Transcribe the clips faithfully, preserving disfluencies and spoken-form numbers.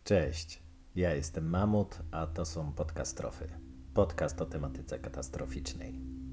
Cześć, ja jestem Mamut, a to są Podcastrofy. Podcast o tematyce katastroficznej.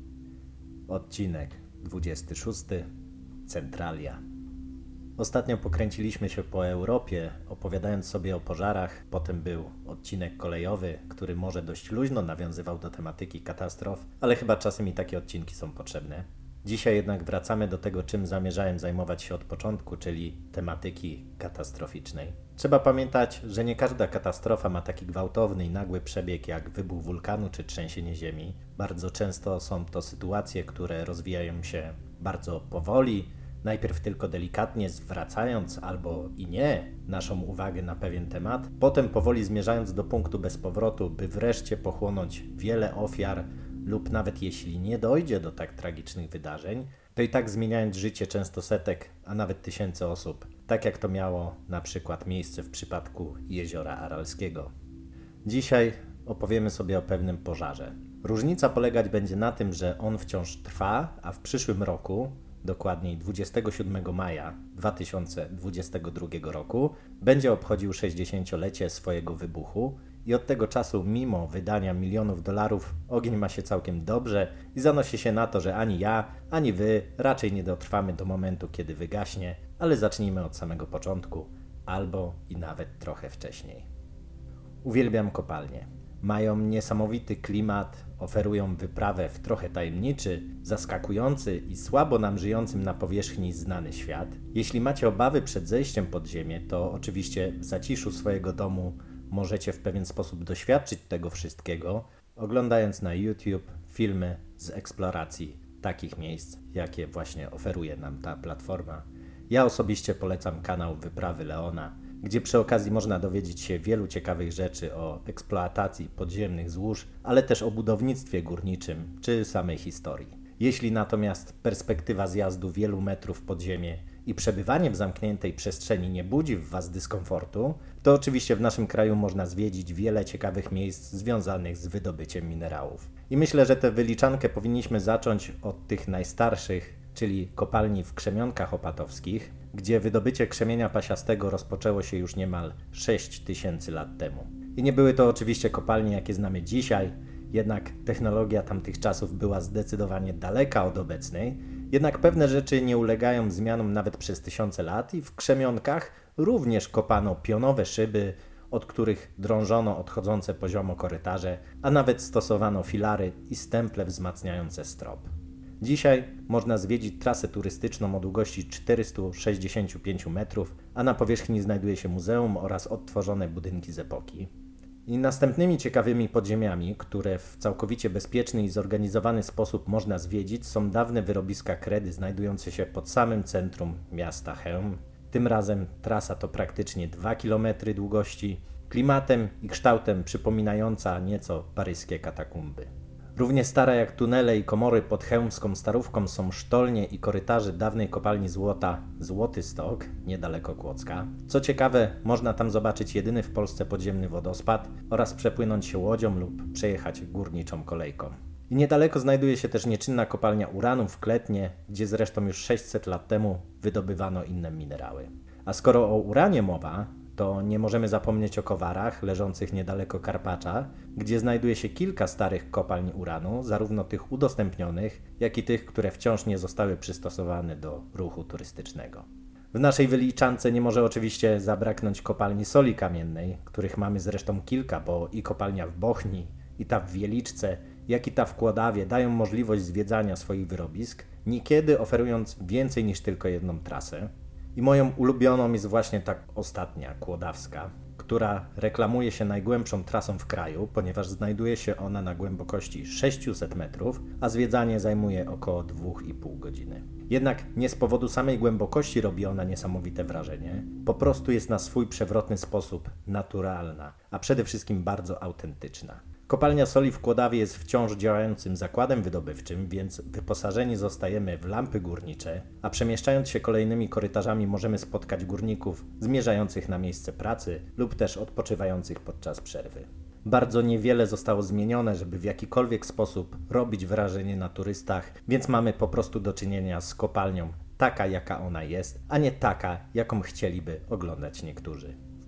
Odcinek dwudziesty szósty. Centralia. Ostatnio pokręciliśmy się po Europie, opowiadając sobie o pożarach. Potem był odcinek kolejowy, który może dość luźno nawiązywał do tematyki katastrof, ale chyba czasem i takie odcinki są potrzebne. Dzisiaj jednak wracamy do tego, czym zamierzałem zajmować się od początku, czyli tematyki katastroficznej. Trzeba pamiętać, że nie każda katastrofa ma taki gwałtowny i nagły przebieg jak wybuch wulkanu czy trzęsienie ziemi. Bardzo często są to sytuacje, które rozwijają się bardzo powoli, najpierw tylko delikatnie zwracając albo i nie naszą uwagę na pewien temat, potem powoli zmierzając do punktu bez powrotu, by wreszcie pochłonąć wiele ofiar lub nawet jeśli nie dojdzie do tak tragicznych wydarzeń, to i tak zmieniając życie często setek, a nawet tysięcy osób, tak jak to miało na przykład miejsce w przypadku Jeziora Aralskiego. Dzisiaj opowiemy sobie o pewnym pożarze. Różnica polegać będzie na tym, że on wciąż trwa, a w przyszłym roku, dokładniej dwudziestego siódmego maja dwa tysiące dwudziestego drugiego roku, będzie obchodził sześćdziesięciolecie swojego wybuchu i od tego czasu, mimo wydania milionów dolarów, ogień ma się całkiem dobrze i zanosi się na to, że ani ja, ani wy raczej nie dotrwamy do momentu, kiedy wygaśnie, ale zacznijmy od samego początku, albo i nawet trochę wcześniej. Uwielbiam kopalnie. Mają niesamowity klimat, oferują wyprawę w trochę tajemniczy, zaskakujący i słabo nam żyjącym na powierzchni znany świat. Jeśli macie obawy przed zejściem pod ziemię, to oczywiście w zaciszu swojego domu możecie w pewien sposób doświadczyć tego wszystkiego, oglądając na YouTube filmy z eksploracji takich miejsc, jakie właśnie oferuje nam ta platforma. Ja osobiście polecam kanał Wyprawy Leona, gdzie przy okazji można dowiedzieć się wielu ciekawych rzeczy o eksploatacji podziemnych złóż, ale też o budownictwie górniczym czy samej historii. Jeśli natomiast perspektywa zjazdu wielu metrów pod ziemię i przebywanie w zamkniętej przestrzeni nie budzi w Was dyskomfortu, to oczywiście w naszym kraju można zwiedzić wiele ciekawych miejsc związanych z wydobyciem minerałów. I myślę, że tę wyliczankę powinniśmy zacząć od tych najstarszych, czyli kopalni w Krzemionkach Opatowskich, gdzie wydobycie krzemienia pasiastego rozpoczęło się już niemal sześć tysięcy lat temu. I nie były to oczywiście kopalnie, jakie znamy dzisiaj, jednak technologia tamtych czasów była zdecydowanie daleka od obecnej, jednak pewne rzeczy nie ulegają zmianom nawet przez tysiące lat i w Krzemionkach również kopano pionowe szyby, od których drążono odchodzące poziomo korytarze, a nawet stosowano filary i stemple wzmacniające strop. Dzisiaj można zwiedzić trasę turystyczną o długości czterysta sześćdziesiąt pięć metrów, a na powierzchni znajduje się muzeum oraz odtworzone budynki z epoki. I następnymi ciekawymi podziemiami, które w całkowicie bezpieczny i zorganizowany sposób można zwiedzić, są dawne wyrobiska kredy znajdujące się pod samym centrum miasta Chełm. Tym razem trasa to praktycznie dwa kilometry długości, klimatem i kształtem przypominająca nieco paryskie katakumby. Równie stare jak tunele i komory pod chełmską starówką są sztolnie i korytarze dawnej kopalni złota Złoty Stok, niedaleko Kłodzka. Co ciekawe, można tam zobaczyć jedyny w Polsce podziemny wodospad oraz przepłynąć się łodzią lub przejechać górniczą kolejką. I niedaleko znajduje się też nieczynna kopalnia uranu w Kletnie, gdzie zresztą już sześćset lat temu wydobywano inne minerały. A skoro o uranie mowa, to nie możemy zapomnieć o Kowarach, leżących niedaleko Karpacza, gdzie znajduje się kilka starych kopalń uranu, zarówno tych udostępnionych, jak i tych, które wciąż nie zostały przystosowane do ruchu turystycznego. W naszej wyliczance nie może oczywiście zabraknąć kopalni soli kamiennej, których mamy zresztą kilka, bo i kopalnia w Bochni, i ta w Wieliczce, jak i ta w Kłodawie dają możliwość zwiedzania swoich wyrobisk, niekiedy oferując więcej niż tylko jedną trasę. I moją ulubioną jest właśnie ta ostatnia, Kłodawska, która reklamuje się najgłębszą trasą w kraju, ponieważ znajduje się ona na głębokości sześćset metrów, a zwiedzanie zajmuje około dwie i pół godziny. Jednak nie z powodu samej głębokości robi ona niesamowite wrażenie, po prostu jest na swój przewrotny sposób naturalna, a przede wszystkim bardzo autentyczna. Kopalnia soli w Kłodawie jest wciąż działającym zakładem wydobywczym, więc wyposażeni zostajemy w lampy górnicze, a przemieszczając się kolejnymi korytarzami możemy spotkać górników zmierzających na miejsce pracy lub też odpoczywających podczas przerwy. Bardzo niewiele zostało zmienione, żeby w jakikolwiek sposób robić wrażenie na turystach, więc mamy po prostu do czynienia z kopalnią taka, jaka ona jest, a nie taka, jaką chcieliby oglądać niektórzy.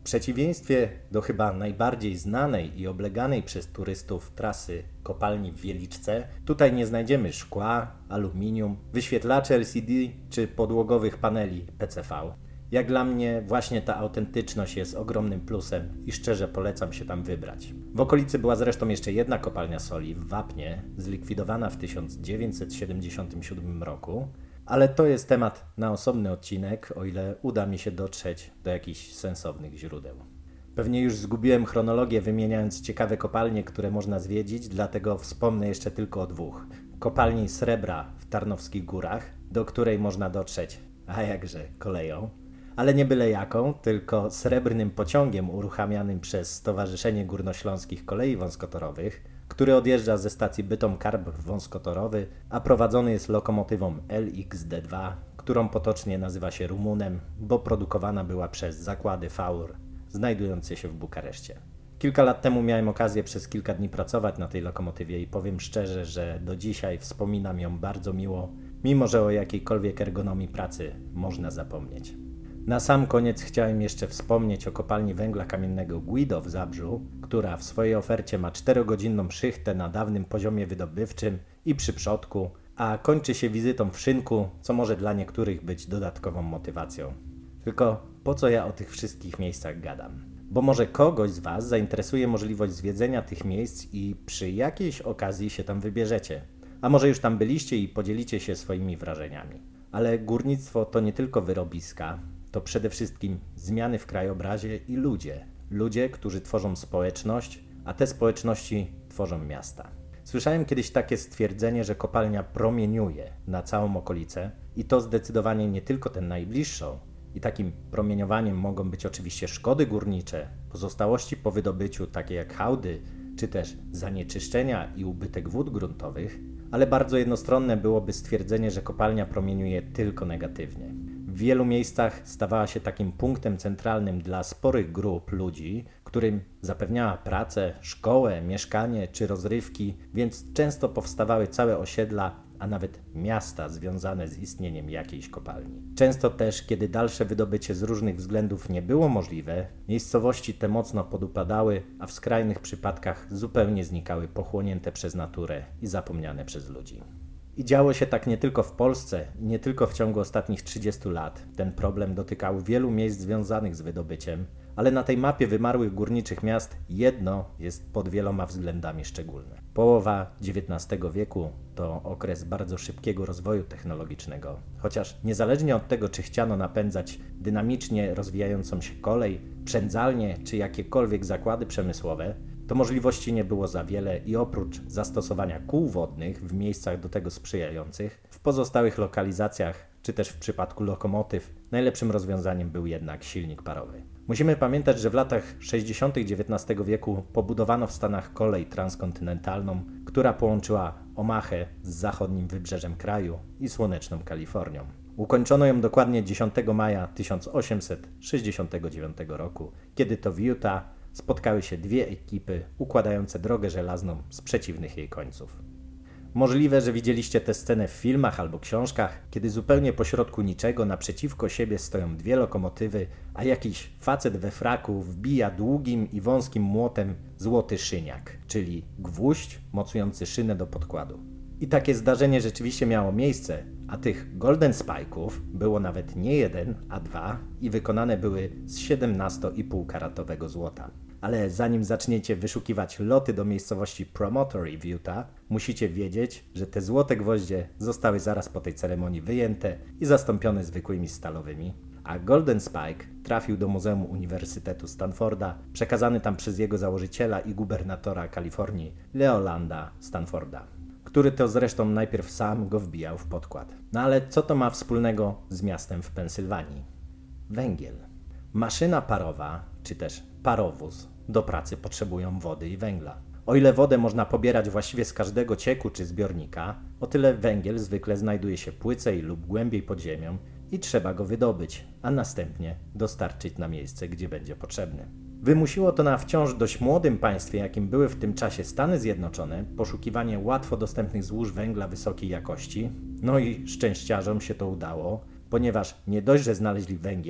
przeciwieństwie do chyba najbardziej znanej i obleganej przez turystów trasy kopalni w Wieliczce, tutaj nie znajdziemy szkła, aluminium, wyświetlaczy L C D czy podłogowych paneli P C V. Jak dla mnie właśnie ta autentyczność jest ogromnym plusem i szczerze polecam się tam wybrać. W okolicy była zresztą jeszcze jedna kopalnia soli w Wapnie, zlikwidowana w tysiąc dziewięćset siedemdziesiątym siódmym roku, ale to jest temat na osobny odcinek, o ile uda mi się dotrzeć do jakichś sensownych źródeł. Pewnie już zgubiłem chronologię, wymieniając ciekawe kopalnie, które można zwiedzić, dlatego wspomnę jeszcze tylko o dwóch. Kopalni srebra w Tarnowskich Górach, do której można dotrzeć, a jakże, koleją. Ale nie byle jaką, tylko srebrnym pociągiem uruchamianym przez Stowarzyszenie Górnośląskich Kolei Wąskotorowych, który odjeżdża ze stacji Bytom-Karp wąskotorowy, a prowadzony jest lokomotywą L X D dwa, którą potocznie nazywa się Rumunem, bo produkowana była przez zakłady V U R znajdujące się w Bukareszcie. Kilka lat temu miałem okazję przez kilka dni pracować na tej lokomotywie i powiem szczerze, że do dzisiaj wspominam ją bardzo miło, mimo że o jakiejkolwiek ergonomii pracy można zapomnieć. Na sam koniec chciałem jeszcze wspomnieć o kopalni węgla kamiennego Guido w Zabrzu, która w swojej ofercie ma czterogodzinną szychtę na dawnym poziomie wydobywczym i przy przodku, a kończy się wizytą w Szynku, co może dla niektórych być dodatkową motywacją. Tylko po co ja o tych wszystkich miejscach gadam? Bo może kogoś z Was zainteresuje możliwość zwiedzenia tych miejsc i przy jakiejś okazji się tam wybierzecie. A może już tam byliście i podzielicie się swoimi wrażeniami. Ale górnictwo to nie tylko wyrobiska, to przede wszystkim zmiany w krajobrazie i ludzie. Ludzie, którzy tworzą społeczność, a te społeczności tworzą miasta. Słyszałem kiedyś takie stwierdzenie, że kopalnia promieniuje na całą okolicę i to zdecydowanie nie tylko tę najbliższą. I takim promieniowaniem mogą być oczywiście szkody górnicze, pozostałości po wydobyciu, takie jak hałdy, czy też zanieczyszczenia i ubytek wód gruntowych, ale bardzo jednostronne byłoby stwierdzenie, że kopalnia promieniuje tylko negatywnie. W wielu miejscach stawała się takim punktem centralnym dla sporych grup ludzi, którym zapewniała pracę, szkołę, mieszkanie czy rozrywki, więc często powstawały całe osiedla, a nawet miasta związane z istnieniem jakiejś kopalni. Często też, kiedy dalsze wydobycie z różnych względów nie było możliwe, miejscowości te mocno podupadały, a w skrajnych przypadkach zupełnie znikały pochłonięte przez naturę i zapomniane przez ludzi. I działo się tak nie tylko w Polsce i nie tylko w ciągu ostatnich trzydziestu lat. Ten problem dotykał wielu miejsc związanych z wydobyciem, ale na tej mapie wymarłych górniczych miast jedno jest pod wieloma względami szczególne. Połowa dziewiętnastego wieku to okres bardzo szybkiego rozwoju technologicznego, chociaż niezależnie od tego, czy chciano napędzać dynamicznie rozwijającą się kolej, przędzalnie czy jakiekolwiek zakłady przemysłowe, to możliwości nie było za wiele i oprócz zastosowania kół wodnych w miejscach do tego sprzyjających, w pozostałych lokalizacjach, czy też w przypadku lokomotyw, najlepszym rozwiązaniem był jednak silnik parowy. Musimy pamiętać, że w latach sześćdziesiątych dziewiętnastego wieku pobudowano w Stanach kolej transkontynentalną, która połączyła Omahę z zachodnim wybrzeżem kraju i słoneczną Kalifornią. Ukończono ją dokładnie dziesiątego maja tysiąc osiemset sześćdziesiątego dziewiątego roku, kiedy to w Utah spotkały się dwie ekipy układające drogę żelazną z przeciwnych jej końców. Możliwe, że widzieliście tę scenę w filmach albo książkach, kiedy zupełnie pośrodku niczego naprzeciwko siebie stoją dwie lokomotywy, a jakiś facet we fraku wbija długim i wąskim młotem złoty szyniak, czyli gwóźdź mocujący szynę do podkładu. I takie zdarzenie rzeczywiście miało miejsce, a tych golden spike'ów było nawet nie jeden, a dwa i wykonane były z siedemnasto i pół karatowego złota. Ale zanim zaczniecie wyszukiwać loty do miejscowości Promontory w Utah, musicie wiedzieć, że te złote gwoździe zostały zaraz po tej ceremonii wyjęte i zastąpione zwykłymi stalowymi, a Golden Spike trafił do Muzeum Uniwersytetu Stanforda, przekazany tam przez jego założyciela i gubernatora Kalifornii Leolanda Stanforda, który to zresztą najpierw sam go wbijał w podkład. No ale co to ma wspólnego z miastem w Pensylwanii? Węgiel. Maszyna parowa, czy też parowóz, do pracy potrzebują wody i węgla. O ile wodę można pobierać właściwie z każdego cieku czy zbiornika, o tyle węgiel zwykle znajduje się płycej lub głębiej pod ziemią i trzeba go wydobyć, a następnie dostarczyć na miejsce, gdzie będzie potrzebny. Wymusiło to na wciąż dość młodym państwie, jakim były w tym czasie Stany Zjednoczone, poszukiwanie łatwo dostępnych złóż węgla wysokiej jakości. No i szczęściarzom się to udało, ponieważ nie dość, że znaleźli węgiel,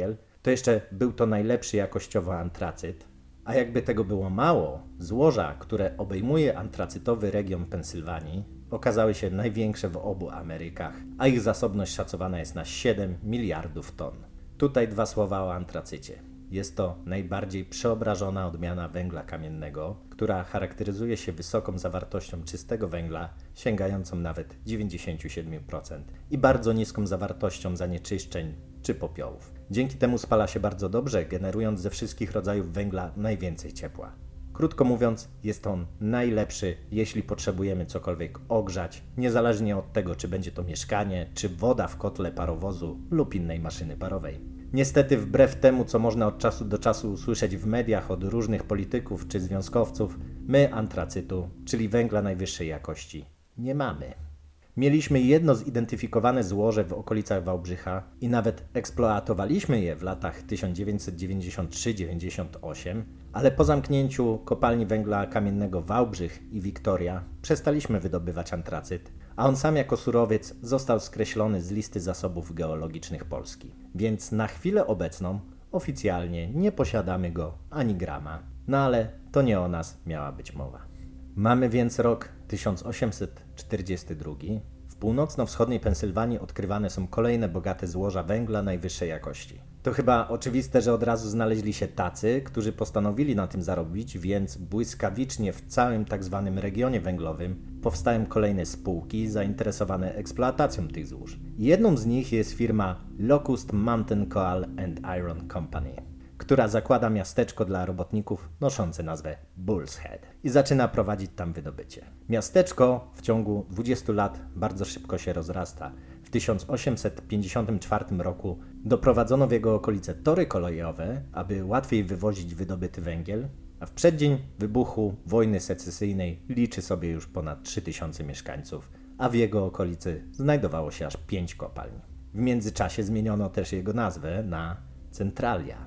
to jeszcze był to najlepszy jakościowo antracyt. A jakby tego było mało, złoża, które obejmuje antracytowy region Pensylwanii, okazały się największe w obu Amerykach, a ich zasobność szacowana jest na siedem miliardów ton. Tutaj dwa słowa o antracycie. Jest to najbardziej przeobrażona odmiana węgla kamiennego, która charakteryzuje się wysoką zawartością czystego węgla, sięgającą nawet dziewięćdziesiąt siedem procent i bardzo niską zawartością zanieczyszczeń czy popiołów. Dzięki temu spala się bardzo dobrze, generując ze wszystkich rodzajów węgla najwięcej ciepła. Krótko mówiąc, jest on najlepszy, jeśli potrzebujemy cokolwiek ogrzać, niezależnie od tego, czy będzie to mieszkanie, czy woda w kotle parowozu lub innej maszyny parowej. Niestety, wbrew temu, co można od czasu do czasu usłyszeć w mediach od różnych polityków czy związkowców, my antracytu, czyli węgla najwyższej jakości, nie mamy. Mieliśmy jedno zidentyfikowane złoże w okolicach Wałbrzycha i nawet eksploatowaliśmy je w latach tysiąc dziewięćset dziewięćdziesiąt trzy do dziewięćdziesiąt osiem, ale po zamknięciu kopalni węgla kamiennego Wałbrzych i Wiktoria przestaliśmy wydobywać antracyt, a on sam jako surowiec został skreślony z listy zasobów geologicznych Polski. Więc na chwilę obecną oficjalnie nie posiadamy go ani grama. No ale to nie o nas miała być mowa. Mamy więc rok tysiąc osiemset czterdziesty drugi. W północno-wschodniej Pensylwanii odkrywane są kolejne bogate złoża węgla najwyższej jakości. To chyba oczywiste, że od razu znaleźli się tacy, którzy postanowili na tym zarobić, więc błyskawicznie w całym tak zwanym regionie węglowym powstają kolejne spółki zainteresowane eksploatacją tych złóż. Jedną z nich jest firma Locust Mountain Coal and Iron Company, która zakłada miasteczko dla robotników noszące nazwę Bull's Head i zaczyna prowadzić tam wydobycie. Miasteczko w ciągu dwudziestu lat bardzo szybko się rozrasta. W tysiąc osiemset pięćdziesiątym czwartym roku doprowadzono w jego okolice tory kolejowe, aby łatwiej wywozić wydobyty węgiel, a w przeddzień wybuchu wojny secesyjnej liczy sobie już ponad trzy tysiące mieszkańców, a w jego okolicy znajdowało się aż pięć kopalń. W międzyczasie zmieniono też jego nazwę na Centralia.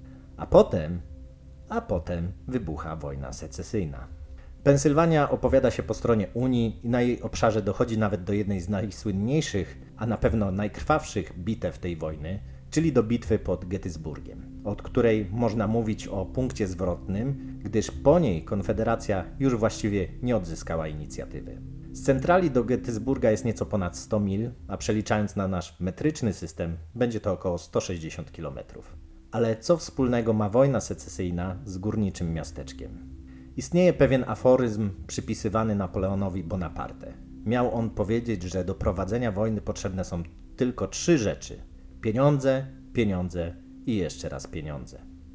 A potem, a potem wybucha wojna secesyjna. Pensylwania opowiada się po stronie Unii i na jej obszarze dochodzi nawet do jednej z najsłynniejszych, a na pewno najkrwawszych bitew tej wojny, czyli do bitwy pod Gettysburgiem, od której można mówić o punkcie zwrotnym, gdyż po niej Konfederacja już właściwie nie odzyskała inicjatywy. Z Centrali do Gettysburga jest nieco ponad sto mil, a przeliczając na nasz metryczny system, będzie to około sto sześćdziesiąt kilometrów. Ale co wspólnego ma wojna secesyjna z górniczym miasteczkiem? Istnieje pewien aforyzm przypisywany Napoleonowi Bonaparte. Miał on powiedzieć, że do prowadzenia wojny potrzebne są tylko trzy rzeczy: pieniądze, pieniądze i jeszcze raz pieniądze.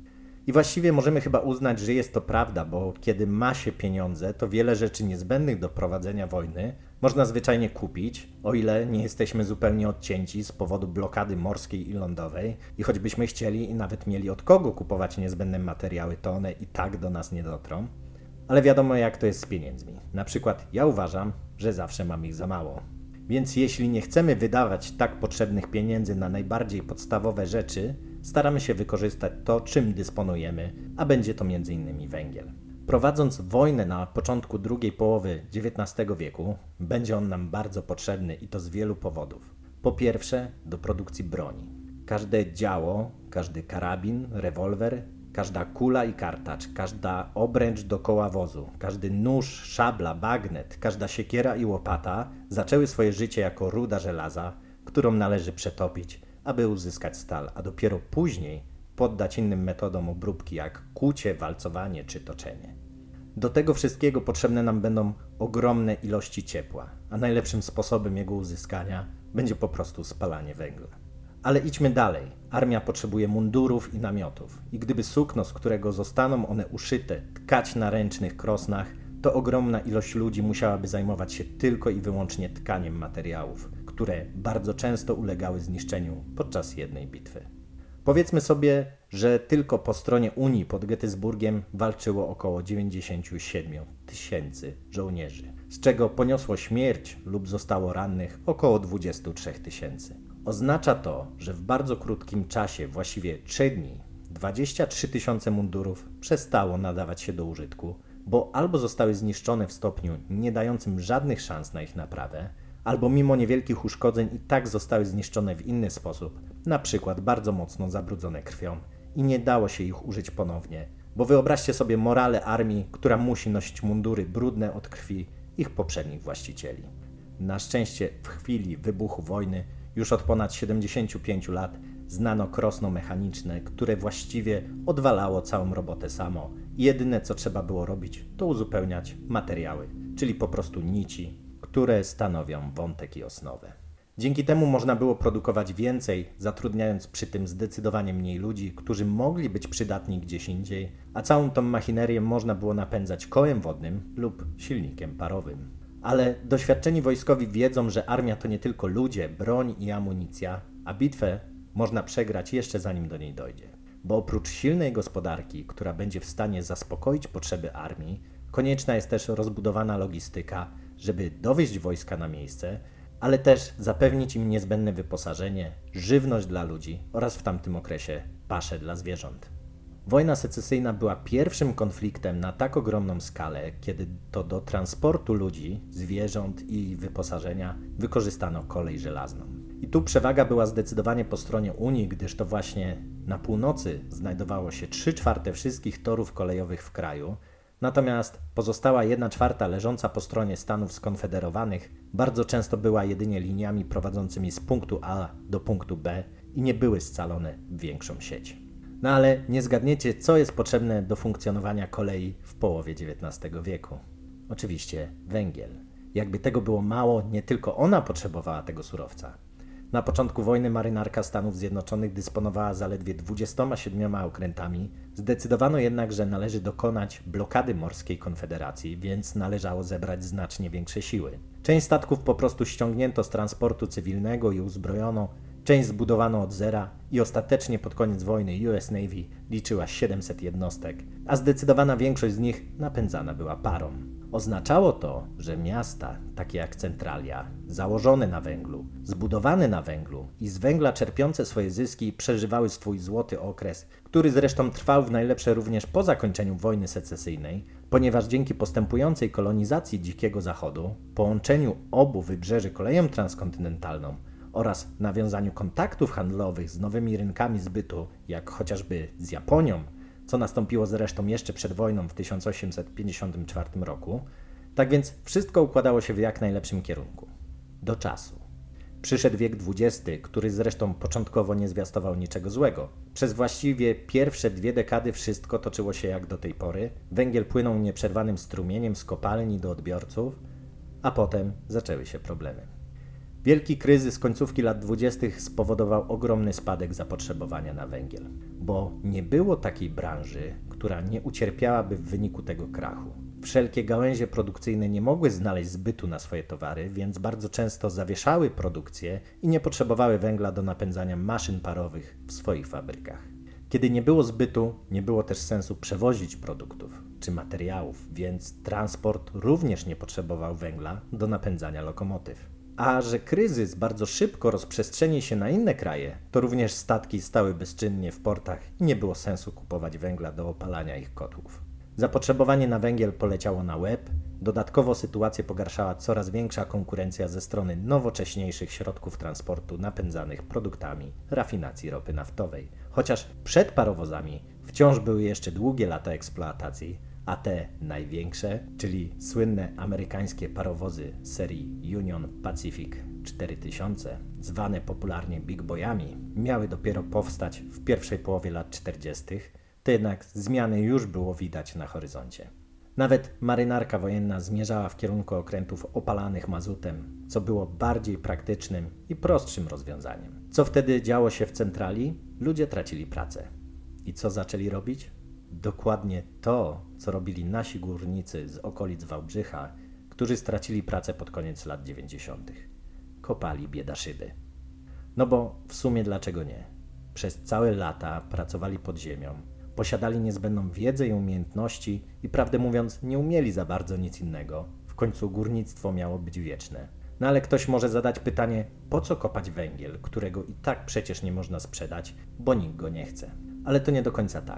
I właściwie możemy chyba uznać, że jest to prawda, bo kiedy ma się pieniądze, to wiele rzeczy niezbędnych do prowadzenia wojny można zwyczajnie kupić, o ile nie jesteśmy zupełnie odcięci z powodu blokady morskiej i lądowej i choćbyśmy chcieli i nawet mieli od kogo kupować niezbędne materiały, to one i tak do nas nie dotrą. Ale wiadomo, jak to jest z pieniędzmi. Na przykład ja uważam, że zawsze mam ich za mało. Więc jeśli nie chcemy wydawać tak potrzebnych pieniędzy na najbardziej podstawowe rzeczy, staramy się wykorzystać to, czym dysponujemy, a będzie to między innymi węgiel. Prowadząc wojnę na początku drugiej połowy dziewiętnastego wieku, będzie on nam bardzo potrzebny i to z wielu powodów. Po pierwsze, do produkcji broni. Każde działo, każdy karabin, rewolwer, każda kula i kartacz, każda obręcz dookoła wozu, każdy nóż, szabla, bagnet, każda siekiera i łopata zaczęły swoje życie jako ruda żelaza, którą należy przetopić, aby uzyskać stal, a dopiero później poddać innym metodom obróbki jak kucie, walcowanie czy toczenie. Do tego wszystkiego potrzebne nam będą ogromne ilości ciepła, a najlepszym sposobem jego uzyskania będzie po prostu spalanie węgla. Ale idźmy dalej. Armia potrzebuje mundurów i namiotów. I gdyby sukno, z którego zostaną one uszyte, tkać na ręcznych krosnach, to ogromna ilość ludzi musiałaby zajmować się tylko i wyłącznie tkaniem materiałów, które bardzo często ulegały zniszczeniu podczas jednej bitwy. Powiedzmy sobie, że tylko po stronie Unii pod Gettysburgiem walczyło około dziewięćdziesiąt siedem tysięcy żołnierzy, z czego poniosło śmierć lub zostało rannych około dwadzieścia trzy tysięcy. Oznacza to, że w bardzo krótkim czasie, właściwie trzech dni, dwadzieścia trzy tysiące mundurów przestało nadawać się do użytku, bo albo zostały zniszczone w stopniu nie dającym żadnych szans na ich naprawę, albo mimo niewielkich uszkodzeń i tak zostały zniszczone w inny sposób, na przykład bardzo mocno zabrudzone krwią i nie dało się ich użyć ponownie, bo wyobraźcie sobie morale armii, która musi nosić mundury brudne od krwi ich poprzednich właścicieli. Na szczęście w chwili wybuchu wojny już od ponad siedemdziesięciu pięciu lat znano krosno mechaniczne, które właściwie odwalało całą robotę samo i jedyne co trzeba było robić to uzupełniać materiały, czyli po prostu nici, które stanowią wątek i osnowę. Dzięki temu można było produkować więcej, zatrudniając przy tym zdecydowanie mniej ludzi, którzy mogli być przydatni gdzieś indziej, a całą tą machinerię można było napędzać kołem wodnym lub silnikiem parowym. Ale doświadczeni wojskowi wiedzą, że armia to nie tylko ludzie, broń i amunicja, a bitwę można przegrać jeszcze zanim do niej dojdzie. Bo oprócz silnej gospodarki, która będzie w stanie zaspokoić potrzeby armii, konieczna jest też rozbudowana logistyka, żeby dowieźć wojska na miejsce, ale też zapewnić im niezbędne wyposażenie, żywność dla ludzi oraz w tamtym okresie pasze dla zwierząt. Wojna secesyjna była pierwszym konfliktem na tak ogromną skalę, kiedy to do transportu ludzi, zwierząt i wyposażenia wykorzystano kolej żelazną. I tu przewaga była zdecydowanie po stronie Unii, gdyż to właśnie na północy znajdowało się trzy czwarte wszystkich torów kolejowych w kraju, natomiast pozostała jedna czwarta leżąca po stronie Stanów Skonfederowanych bardzo często była jedynie liniami prowadzącymi z punktu A do punktu B i nie były scalone w większą sieć. No ale nie zgadniecie, co jest potrzebne do funkcjonowania kolei w połowie dziewiętnastego wieku. Oczywiście węgiel. Jakby tego było mało, nie tylko ona potrzebowała tego surowca. Na początku wojny marynarka Stanów Zjednoczonych dysponowała zaledwie dwudziestoma siedmioma okrętami, zdecydowano jednak, że należy dokonać blokady morskiej Konfederacji, więc należało zebrać znacznie większe siły. Część statków po prostu ściągnięto z transportu cywilnego i uzbrojono, część zbudowano od zera i ostatecznie pod koniec wojny U S Navy liczyła siedemset jednostek, a zdecydowana większość z nich napędzana była parą. Oznaczało to, że miasta, takie jak Centralia, założone na węglu, zbudowane na węglu i z węgla czerpiące swoje zyski przeżywały swój złoty okres, który zresztą trwał w najlepsze również po zakończeniu wojny secesyjnej, ponieważ dzięki postępującej kolonizacji Dzikiego Zachodu, połączeniu obu wybrzeży koleją transkontynentalną oraz nawiązaniu kontaktów handlowych z nowymi rynkami zbytu, jak chociażby z Japonią, co nastąpiło zresztą jeszcze przed wojną w tysiąc osiemset pięćdziesiątym czwartym roku, tak więc wszystko układało się w jak najlepszym kierunku. Do czasu. Przyszedł wiek dwudziesty, który zresztą początkowo nie zwiastował niczego złego. Przez właściwie pierwsze dwie dekady wszystko toczyło się jak do tej pory, węgiel płynął nieprzerwanym strumieniem z kopalni do odbiorców, a potem zaczęły się problemy. Wielki kryzys końcówki lat dwudziestych spowodował ogromny spadek zapotrzebowania na węgiel, bo nie było takiej branży, która nie ucierpiałaby w wyniku tego krachu. Wszelkie gałęzie produkcyjne nie mogły znaleźć zbytu na swoje towary, więc bardzo często zawieszały produkcję i nie potrzebowały węgla do napędzania maszyn parowych w swoich fabrykach. Kiedy nie było zbytu, nie było też sensu przewozić produktów czy materiałów, więc transport również nie potrzebował węgla do napędzania lokomotyw. A że kryzys bardzo szybko rozprzestrzeni się na inne kraje, to również statki stały bezczynnie w portach i nie było sensu kupować węgla do opalania ich kotłów. Zapotrzebowanie na węgiel poleciało na łeb, dodatkowo sytuację pogarszała coraz większa konkurencja ze strony nowocześniejszych środków transportu napędzanych produktami rafinacji ropy naftowej. Chociaż przed parowozami wciąż były jeszcze długie lata eksploatacji, a te największe, czyli słynne amerykańskie parowozy serii Union Pacific cztery tysiące, zwane popularnie Big Boyami, miały dopiero powstać w pierwszej połowie lat czterdziestych, to jednak zmiany już było widać na horyzoncie. Nawet marynarka wojenna zmierzała w kierunku okrętów opalanych mazutem, co było bardziej praktycznym i prostszym rozwiązaniem. Co wtedy działo się w centrali? Ludzie tracili pracę. I co zaczęli robić? Dokładnie to, co robili nasi górnicy z okolic Wałbrzycha, którzy stracili pracę pod koniec lat dziewięćdziesiątych. Kopali biedaszyby. No bo w sumie dlaczego nie? Przez całe lata pracowali pod ziemią, posiadali niezbędną wiedzę i umiejętności i prawdę mówiąc nie umieli za bardzo nic innego. W końcu górnictwo miało być wieczne. No ale ktoś może zadać pytanie, po co kopać węgiel, którego i tak przecież nie można sprzedać, bo nikt go nie chce. Ale to nie do końca tak.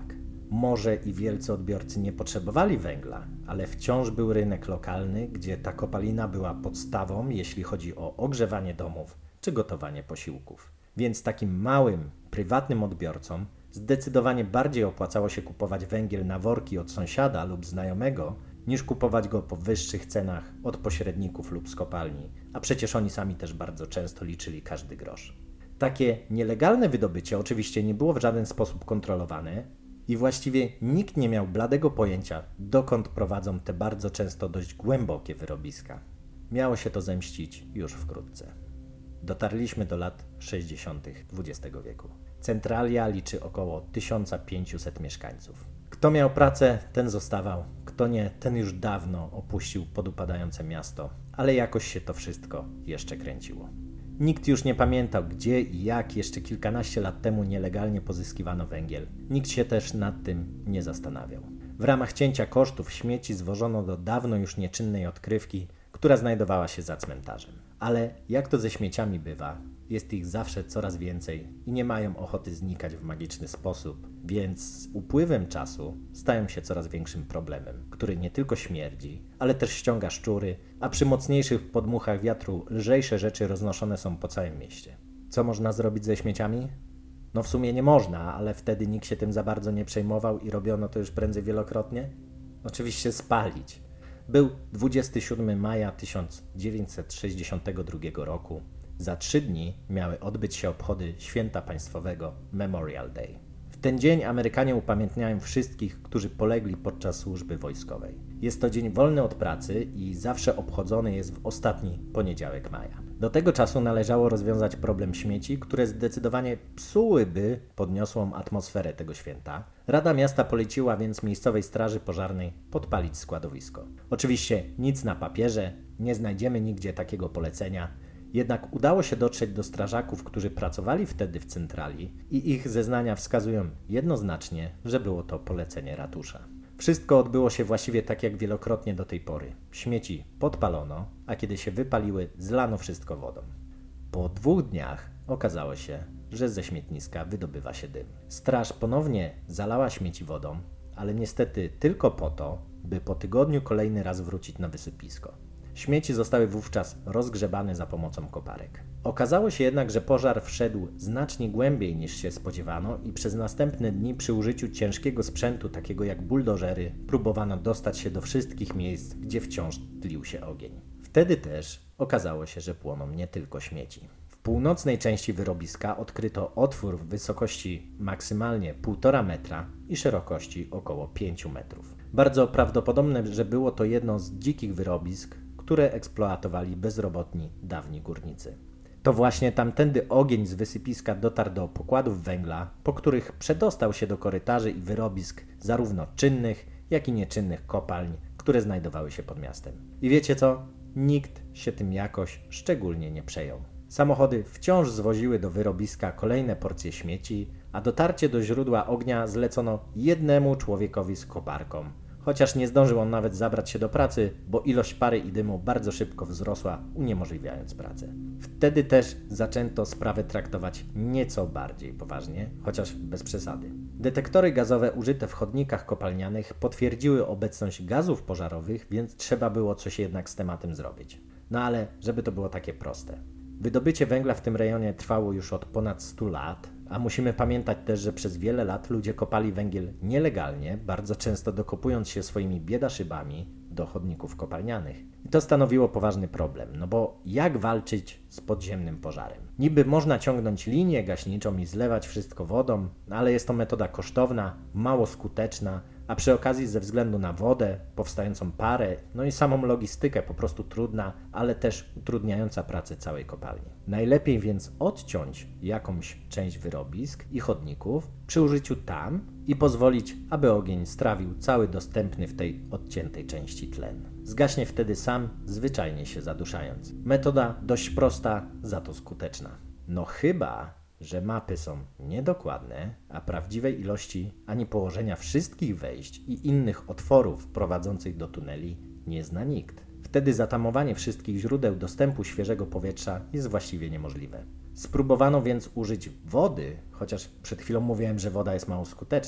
Może i wielcy odbiorcy nie potrzebowali węgla, ale wciąż był rynek lokalny, gdzie ta kopalina była podstawą, jeśli chodzi o ogrzewanie domów czy gotowanie posiłków. Więc takim małym, prywatnym odbiorcom zdecydowanie bardziej opłacało się kupować węgiel na worki od sąsiada lub znajomego, niż kupować go po wyższych cenach od pośredników lub z kopalni, a przecież oni sami też bardzo często liczyli każdy grosz. Takie nielegalne wydobycie oczywiście nie było w żaden sposób kontrolowane i właściwie nikt nie miał bladego pojęcia, dokąd prowadzą te bardzo często dość głębokie wyrobiska. Miało się to zemścić już wkrótce. Dotarliśmy do lat sześćdziesiątych dwudziestego wieku. Centralia liczy około tysiąc pięćset mieszkańców. Kto miał pracę, ten zostawał, kto nie, ten już dawno opuścił podupadające miasto, ale jakoś się to wszystko jeszcze kręciło. Nikt już nie pamiętał, gdzie i jak jeszcze kilkanaście lat temu nielegalnie pozyskiwano węgiel. Nikt się też nad tym nie zastanawiał. W ramach cięcia kosztów śmieci zwożono do dawno już nieczynnej odkrywki, która znajdowała się za cmentarzem. Ale jak to ze śmieciami bywa, jest ich zawsze coraz więcej i nie mają ochoty znikać w magiczny sposób, więc z upływem czasu stają się coraz większym problemem, który nie tylko śmierdzi, ale też ściąga szczury, a przy mocniejszych podmuchach wiatru lżejsze rzeczy roznoszone są po całym mieście. Co można zrobić ze śmieciami? No w sumie nie można, ale wtedy nikt się tym za bardzo nie przejmował i robiono to już prędzej wielokrotnie. Oczywiście spalić. Był dwudziestego siódmego maja tysiąc dziewięćset sześćdziesiątego drugiego roku. Za trzy dni miały odbyć się obchody święta państwowego Memorial Day. W ten dzień Amerykanie upamiętniają wszystkich, którzy polegli podczas służby wojskowej. Jest to dzień wolny od pracy i zawsze obchodzony jest w ostatni poniedziałek maja. Do tego czasu należało rozwiązać problem śmieci, które zdecydowanie psułyby podniosłą atmosferę tego święta. Rada Miasta poleciła więc miejscowej straży pożarnej podpalić składowisko. Oczywiście nic na papierze, nie znajdziemy nigdzie takiego polecenia. Jednak udało się dotrzeć do strażaków, którzy pracowali wtedy w centrali i ich zeznania wskazują jednoznacznie, że było to polecenie ratusza. Wszystko odbyło się właściwie tak jak wielokrotnie do tej pory. Śmieci podpalono, a kiedy się wypaliły, zlano wszystko wodą. Po dwóch dniach okazało się, że ze śmietniska wydobywa się dym. Straż ponownie zalała śmieci wodą, ale niestety tylko po to, by po tygodniu kolejny raz wrócić na wysypisko. Śmieci zostały wówczas rozgrzebane za pomocą koparek. Okazało się jednak, że pożar wszedł znacznie głębiej niż się spodziewano i przez następne dni przy użyciu ciężkiego sprzętu, takiego jak buldożery, próbowano dostać się do wszystkich miejsc, gdzie wciąż tlił się ogień. Wtedy też okazało się, że płoną nie tylko śmieci. W północnej części wyrobiska odkryto otwór w wysokości maksymalnie półtora metra i szerokości około pięciu metrów. Bardzo prawdopodobne, że było to jedno z dzikich wyrobisk, które eksploatowali bezrobotni dawni górnicy. To właśnie tamtędy ogień z wysypiska dotarł do pokładów węgla, po których przedostał się do korytarzy i wyrobisk zarówno czynnych, jak i nieczynnych kopalń, które znajdowały się pod miastem. I wiecie co? Nikt się tym jakoś szczególnie nie przejął. Samochody wciąż zwoziły do wyrobiska kolejne porcje śmieci, a dotarcie do źródła ognia zlecono jednemu człowiekowi z koparką. Chociaż nie zdążył on nawet zabrać się do pracy, bo ilość pary i dymu bardzo szybko wzrosła, uniemożliwiając pracę. Wtedy też zaczęto sprawę traktować nieco bardziej poważnie, chociaż bez przesady. Detektory gazowe użyte w chodnikach kopalnianych potwierdziły obecność gazów pożarowych, więc trzeba było coś jednak z tematem zrobić. No ale żeby to było takie proste. Wydobycie węgla w tym rejonie trwało już od ponad stu lat, a musimy pamiętać też, że przez wiele lat ludzie kopali węgiel nielegalnie, bardzo często dokopując się swoimi biedaszybami do chodników kopalnianych. I to stanowiło poważny problem, no bo jak walczyć z podziemnym pożarem? Niby można ciągnąć linię gaśniczą i zlewać wszystko wodą, ale jest to metoda kosztowna, mało skuteczna, a przy okazji ze względu na wodę, powstającą parę, no i samą logistykę po prostu trudna, ale też utrudniająca pracę całej kopalni. Najlepiej więc odciąć jakąś część wyrobisk i chodników przy użyciu tam i pozwolić, aby ogień strawił cały dostępny w tej odciętej części tlen. Zgaśnie wtedy sam, zwyczajnie się zaduszając. Metoda dość prosta, za to skuteczna. No chyba że mapy są niedokładne, a prawdziwej ilości ani położenia wszystkich wejść i innych otworów prowadzących do tuneli nie zna nikt. Wtedy zatamowanie wszystkich źródeł dostępu świeżego powietrza jest właściwie niemożliwe. Spróbowano więc użyć wody, chociaż przed chwilą mówiłem, że woda jest mało skuteczna,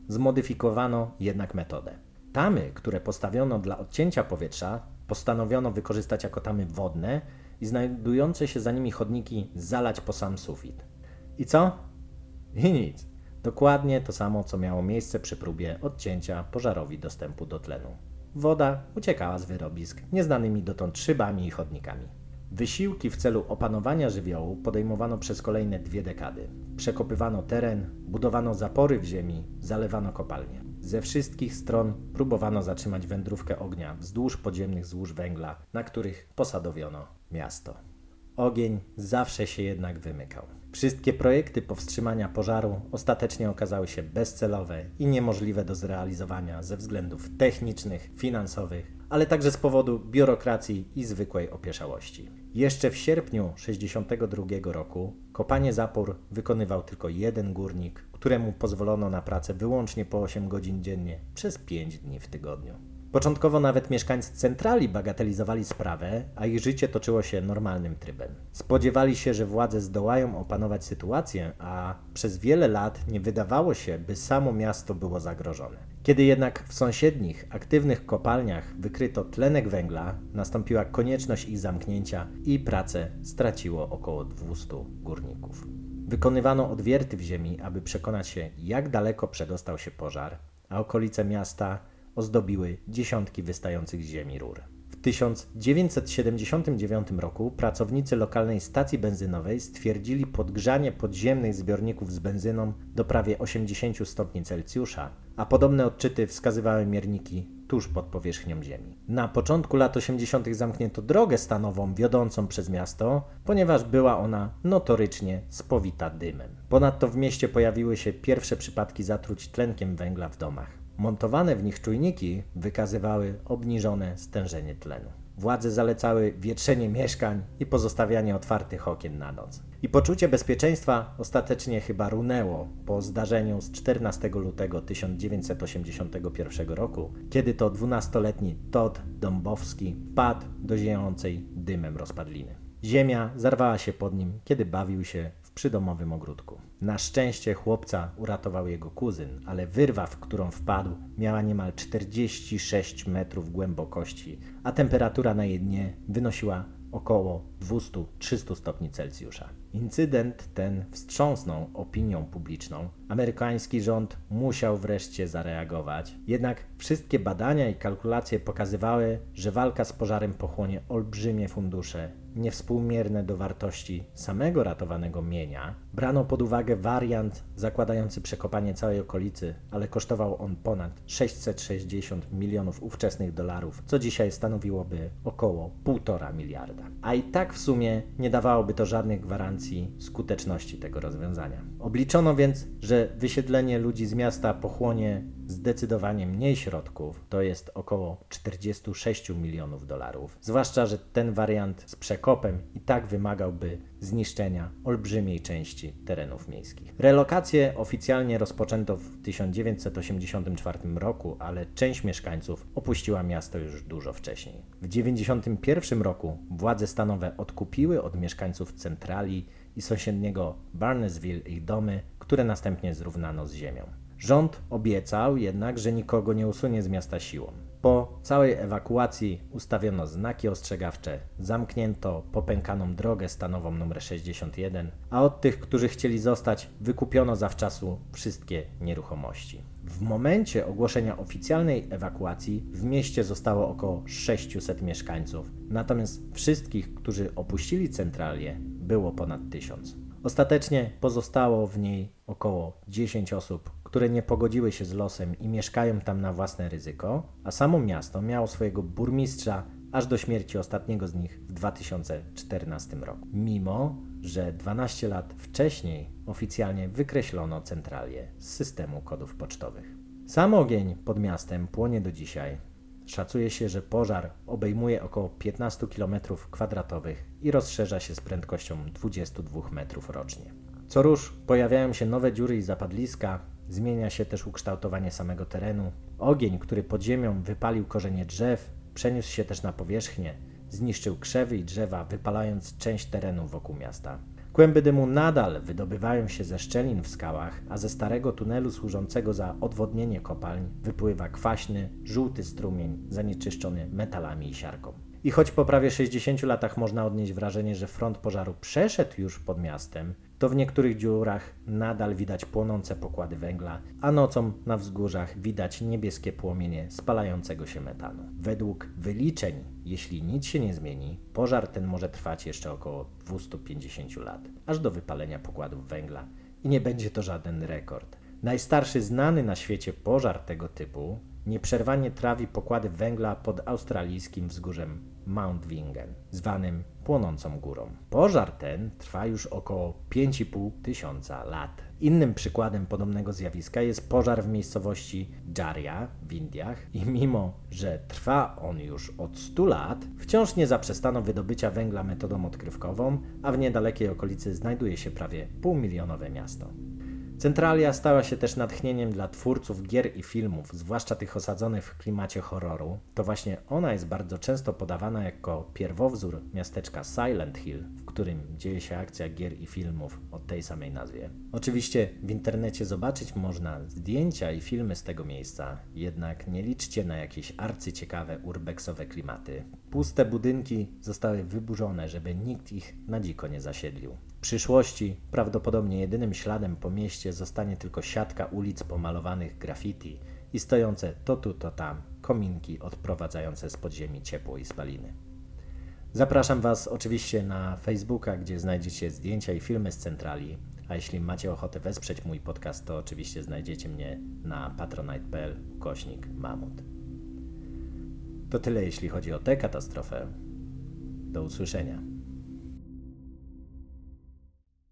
zmodyfikowano jednak metodę. Tamy, które postawiono dla odcięcia powietrza, postanowiono wykorzystać jako tamy wodne i znajdujące się za nimi chodniki zalać po sam sufit. I co? I nic. Dokładnie to samo, co miało miejsce przy próbie odcięcia pożarowi dostępu do tlenu. Woda uciekała z wyrobisk nieznanymi dotąd szybami i chodnikami. Wysiłki w celu opanowania żywiołu podejmowano przez kolejne dwie dekady. Przekopywano teren, budowano zapory w ziemi, zalewano kopalnie. Ze wszystkich stron próbowano zatrzymać wędrówkę ognia wzdłuż podziemnych złóż węgla, na których posadowiono miasto. Ogień zawsze się jednak wymykał. Wszystkie projekty powstrzymania pożaru ostatecznie okazały się bezcelowe i niemożliwe do zrealizowania ze względów technicznych, finansowych, ale także z powodu biurokracji i zwykłej opieszałości. Jeszcze w sierpniu tysiąc dziewięćset sześćdziesiątego drugiego roku kopanie zapór wykonywał tylko jeden górnik, któremu pozwolono na pracę wyłącznie po osiem godzin dziennie przez pięć dni w tygodniu. Początkowo nawet mieszkańcy centrali bagatelizowali sprawę, a ich życie toczyło się normalnym trybem. Spodziewali się, że władze zdołają opanować sytuację, a przez wiele lat nie wydawało się, by samo miasto było zagrożone. Kiedy jednak w sąsiednich, aktywnych kopalniach wykryto tlenek węgla, nastąpiła konieczność ich zamknięcia i pracę straciło około dwustu górników. Wykonywano odwierty w ziemi, aby przekonać się, jak daleko przedostał się pożar, a okolice miasta ozdobiły dziesiątki wystających z ziemi rur. W tysiąc dziewięćset siedemdziesiątym dziewiątym roku pracownicy lokalnej stacji benzynowej stwierdzili podgrzanie podziemnych zbiorników z benzyną do prawie osiemdziesięciu stopni Celsjusza, a podobne odczyty wskazywały mierniki tuż pod powierzchnią ziemi. Na początku lat osiemdziesiątych zamknięto drogę stanową wiodącą przez miasto, ponieważ była ona notorycznie spowita dymem. Ponadto w mieście pojawiły się pierwsze przypadki zatruć tlenkiem węgla w domach. Montowane w nich czujniki wykazywały obniżone stężenie tlenu. Władze zalecały wietrzenie mieszkań i pozostawianie otwartych okien na noc. I poczucie bezpieczeństwa ostatecznie chyba runęło po zdarzeniu z czternastego lutego tysiąc dziewięćset osiemdziesiątego pierwszego roku, kiedy to dwunastoletni Todd Dąbowski wpadł do ziejącej dymem rozpadliny. Ziemia zarwała się pod nim, kiedy bawił się w przydomowym ogródku. Na szczęście chłopca uratował jego kuzyn, ale wyrwa, w którą wpadł, miała niemal czterdzieści sześć metrów głębokości, a temperatura na jej dnie wynosiła około dwieście do trzystu stopni Celsjusza. Incydent ten wstrząsnął opinią publiczną. Amerykański rząd musiał wreszcie zareagować. Jednak wszystkie badania i kalkulacje pokazywały, że walka z pożarem pochłonie olbrzymie fundusze, niewspółmierne do wartości samego ratowanego mienia. Brano pod uwagę wariant zakładający przekopanie całej okolicy, ale kosztował on ponad sześćset sześćdziesiąt milionów ówczesnych dolarów, co dzisiaj stanowiłoby około półtora miliarda. A i tak w sumie nie dawałoby to żadnych gwarancji skuteczności tego rozwiązania. Obliczono więc, że wysiedlenie ludzi z miasta pochłonie zdecydowanie mniej środków, to jest około czterdzieści sześć milionów dolarów, zwłaszcza że ten wariant z przekopem i tak wymagałby zniszczenia olbrzymiej części terenów miejskich. Relokację oficjalnie rozpoczęto w tysiąc dziewięćset osiemdziesiątym czwartym roku, ale część mieszkańców opuściła miasto już dużo wcześniej. W tysiąc dziewięćset dziewięćdziesiątym pierwszym roku władze stanowe odkupiły od mieszkańców centrali i sąsiedniego Barnesville ich domy, które następnie zrównano z ziemią. Rząd obiecał jednak, że nikogo nie usunie z miasta siłą. Po całej ewakuacji ustawiono znaki ostrzegawcze, zamknięto popękaną drogę stanową numer sześćdziesiąt jeden, a od tych, którzy chcieli zostać, wykupiono zawczasu wszystkie nieruchomości. W momencie ogłoszenia oficjalnej ewakuacji w mieście zostało około sześciuset mieszkańców, natomiast wszystkich, którzy opuścili centralię, było ponad tysiąc. Ostatecznie pozostało w niej około dziesięć osób, które nie pogodziły się z losem i mieszkają tam na własne ryzyko, a samo miasto miało swojego burmistrza aż do śmierci ostatniego z nich w dwa tysiące czternastym roku. Mimo że dwanaście lat wcześniej oficjalnie wykreślono centralię z systemu kodów pocztowych. Sam ogień pod miastem płonie do dzisiaj. Szacuje się, że pożar obejmuje około piętnaście kilometrów kwadratowych i rozszerza się z prędkością dwudziestu dwóch metrów rocznie. Co rusz pojawiają się nowe dziury i zapadliska, zmienia się też ukształtowanie samego terenu. Ogień, który pod ziemią wypalił korzenie drzew, przeniósł się też na powierzchnię, zniszczył krzewy i drzewa, wypalając część terenu wokół miasta. Kłęby dymu nadal wydobywają się ze szczelin w skałach, a ze starego tunelu służącego za odwodnienie kopalń wypływa kwaśny, żółty strumień zanieczyszczony metalami i siarką. I choć po prawie sześćdziesięciu latach można odnieść wrażenie, że front pożaru przeszedł już pod miastem, to w niektórych dziurach nadal widać płonące pokłady węgla, a nocą na wzgórzach widać niebieskie płomienie spalającego się metanu. Według wyliczeń, jeśli nic się nie zmieni, pożar ten może trwać jeszcze około dwieście pięćdziesiąt lat, aż do wypalenia pokładów węgla i nie będzie to żaden rekord. Najstarszy znany na świecie pożar tego typu nieprzerwanie trawi pokłady węgla pod australijskim wzgórzem Mount Wingen, zwanym Płonącą Górą. Pożar ten trwa już około pięć i pół tysiąca lat. Innym przykładem podobnego zjawiska jest pożar w miejscowości Jaria w Indiach i mimo, że trwa on już od stu lat, wciąż nie zaprzestano wydobycia węgla metodą odkrywkową, a w niedalekiej okolicy znajduje się prawie półmilionowe miasto. Centralia stała się też natchnieniem dla twórców gier i filmów, zwłaszcza tych osadzonych w klimacie horroru. To właśnie ona jest bardzo często podawana jako pierwowzór miasteczka Silent Hill, w którym dzieje się akcja gier i filmów o tej samej nazwie. Oczywiście w internecie zobaczyć można zdjęcia i filmy z tego miejsca, jednak nie liczcie na jakieś arcyciekawe urbexowe klimaty. Puste budynki zostały wyburzone, żeby nikt ich na dziko nie zasiedlił. W przyszłości prawdopodobnie jedynym śladem po mieście zostanie tylko siatka ulic pomalowanych graffiti i stojące to tu, to tam kominki odprowadzające z podziemi ciepło i spaliny. Zapraszam Was oczywiście na Facebooka, gdzie znajdziecie zdjęcia i filmy z centrali, a jeśli macie ochotę wesprzeć mój podcast, to oczywiście znajdziecie mnie na patronite kropka p l ukośnik mamut. To tyle jeśli chodzi o tę katastrofę. Do usłyszenia.